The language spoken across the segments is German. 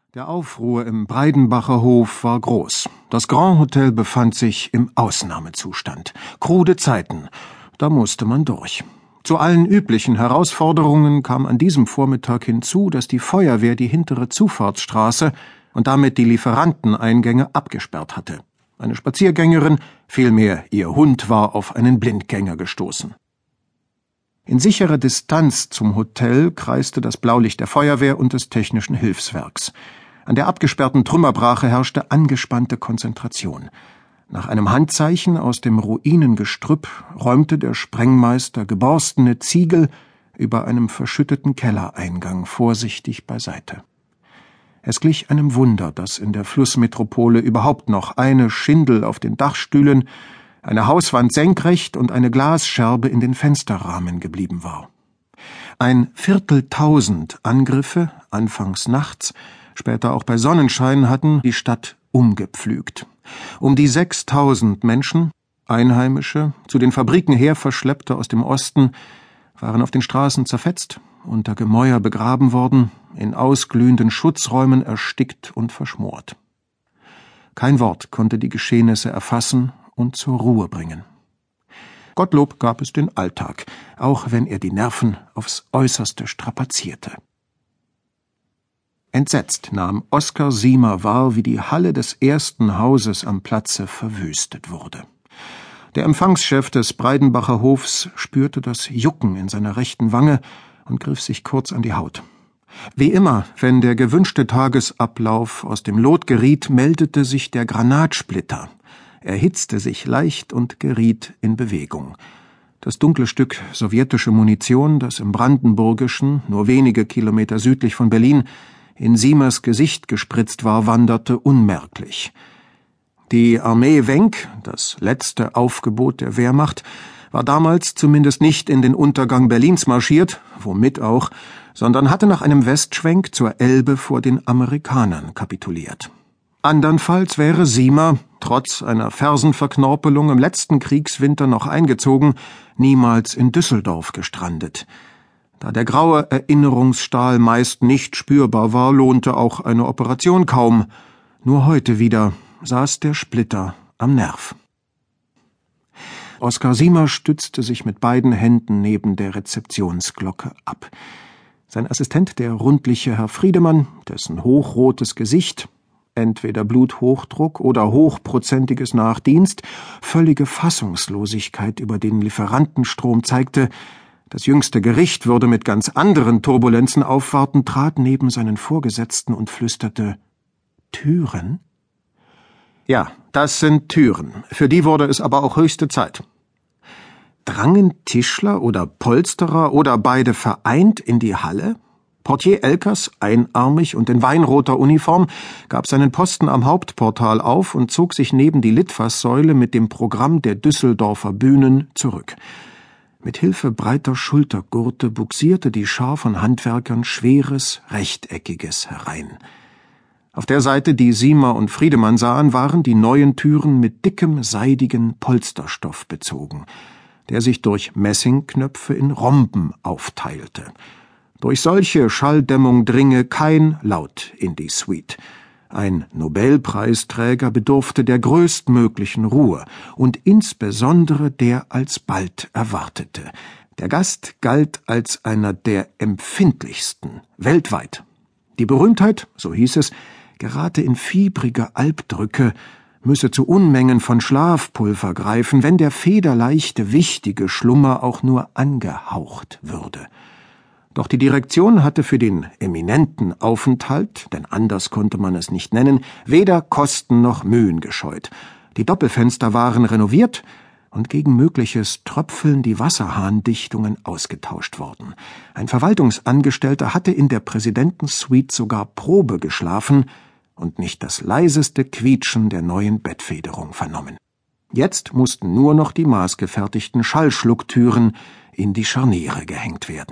Der Aufruhr im Breidenbacher Hof war groß. Das Grand Hotel befand sich im Ausnahmezustand. Krude Zeiten, da musste man durch. Zu allen üblichen Herausforderungen kam an diesem Vormittag hinzu, dass die Feuerwehr die hintere Zufahrtsstraße und damit die Lieferanteneingänge abgesperrt hatte. Eine Spaziergängerin, vielmehr ihr Hund, war auf einen Blindgänger gestoßen. In sicherer Distanz zum Hotel kreiste das Blaulicht der Feuerwehr und des Technischen Hilfswerks. An der abgesperrten Trümmerbrache herrschte angespannte Konzentration. Nach einem Handzeichen aus dem Ruinengestrüpp räumte der Sprengmeister geborstene Ziegel über einem verschütteten Kellereingang vorsichtig beiseite. Es glich einem Wunder, dass in der Flussmetropole überhaupt noch eine Schindel auf den Dachstühlen, eine Hauswand senkrecht und eine Glasscherbe in den Fensterrahmen geblieben war. 1.400.000 Angriffe, anfangs nachts, später auch bei Sonnenschein, hatten die Stadt umgepflügt. Um die 6.000 Menschen, Einheimische, zu den Fabriken herverschleppte aus dem Osten, waren auf den Straßen zerfetzt, unter Gemäuer begraben worden, in ausglühenden Schutzräumen erstickt und verschmort. Kein Wort konnte die Geschehnisse erfassen und zur Ruhe bringen. Gottlob gab es den Alltag, auch wenn er die Nerven aufs Äußerste strapazierte. Entsetzt nahm Oskar Siemer wahr, wie die Halle des ersten Hauses am Platze verwüstet wurde. Der Empfangschef des Breidenbacher Hofs spürte das Jucken in seiner rechten Wange und griff sich kurz an die Haut. Wie immer, wenn der gewünschte Tagesablauf aus dem Lot geriet, meldete sich der Granatsplitter. Er hitzte sich leicht und geriet in Bewegung. Das dunkle Stück sowjetische Munition, das im Brandenburgischen, nur wenige Kilometer südlich von Berlin, in Siemers Gesicht gespritzt war, wanderte unmerklich. Die Armee Wenck, das letzte Aufgebot der Wehrmacht, war damals zumindest nicht in den Untergang Berlins marschiert, womit auch, sondern hatte nach einem Westschwenk zur Elbe vor den Amerikanern kapituliert. Andernfalls wäre Siemer, trotz einer Fersenverknorpelung im letzten Kriegswinter noch eingezogen, niemals in Düsseldorf gestrandet. Da der graue Erinnerungsstahl meist nicht spürbar war, lohnte auch eine Operation kaum. Nur heute wieder saß der Splitter am Nerv. Oskar Siemer stützte sich mit beiden Händen neben der Rezeptionsglocke ab. Sein Assistent, der rundliche Herr Friedemann, dessen hochrotes Gesicht, entweder Bluthochdruck oder hochprozentiges Nachdienst, völlige Fassungslosigkeit über den Lieferantenstrom zeigte, das jüngste Gericht würde mit ganz anderen Turbulenzen aufwarten, trat neben seinen Vorgesetzten und flüsterte: »Türen?« »Ja, das sind Türen. Für die wurde es aber auch höchste Zeit.« Drangen Tischler oder Polsterer oder beide vereint in die Halle? Portier Elkers, einarmig und in weinroter Uniform, gab seinen Posten am Hauptportal auf und zog sich neben die Litfaßsäule mit dem Programm der Düsseldorfer Bühnen zurück. Mit Hilfe breiter Schultergurte buxierte die Schar von Handwerkern schweres, rechteckiges herein. Auf der Seite, die Siemer und Friedemann sahen, waren die neuen Türen mit dickem, seidigen Polsterstoff bezogen, der sich durch Messingknöpfe in Rhomben aufteilte. Durch solche Schalldämmung dringe kein Laut in die Suite. Ein Nobelpreisträger bedurfte der größtmöglichen Ruhe und insbesondere der alsbald erwartete. Der Gast galt als einer der empfindlichsten weltweit. Die Berühmtheit, so hieß es, gerate in fiebrige Albdrücke, müsse zu Unmengen von Schlafpulver greifen, wenn der federleichte, wichtige Schlummer auch nur angehaucht würde. Doch die Direktion hatte für den eminenten Aufenthalt, denn anders konnte man es nicht nennen, weder Kosten noch Mühen gescheut. Die Doppelfenster waren renoviert und gegen mögliches Tröpfeln die Wasserhahndichtungen ausgetauscht worden. Ein Verwaltungsangestellter hatte in der Präsidentensuite sogar Probe geschlafen und nicht das leiseste Quietschen der neuen Bettfederung vernommen. Jetzt mussten nur noch die maßgefertigten Schallschlucktüren in die Scharniere gehängt werden.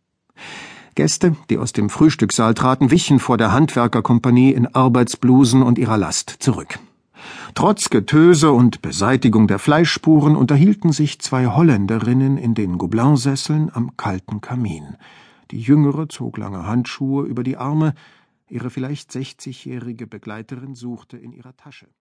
Gäste, die aus dem Frühstückssaal traten, wichen vor der Handwerkerkompanie in Arbeitsblusen und ihrer Last zurück. Trotz Getöse und Beseitigung der Fleischspuren unterhielten sich zwei Holländerinnen in den Gobelinsesseln am kalten Kamin. Die Jüngere zog lange Handschuhe über die Arme, Ihre vielleicht 60-jährige Begleiterin suchte in ihrer Tasche.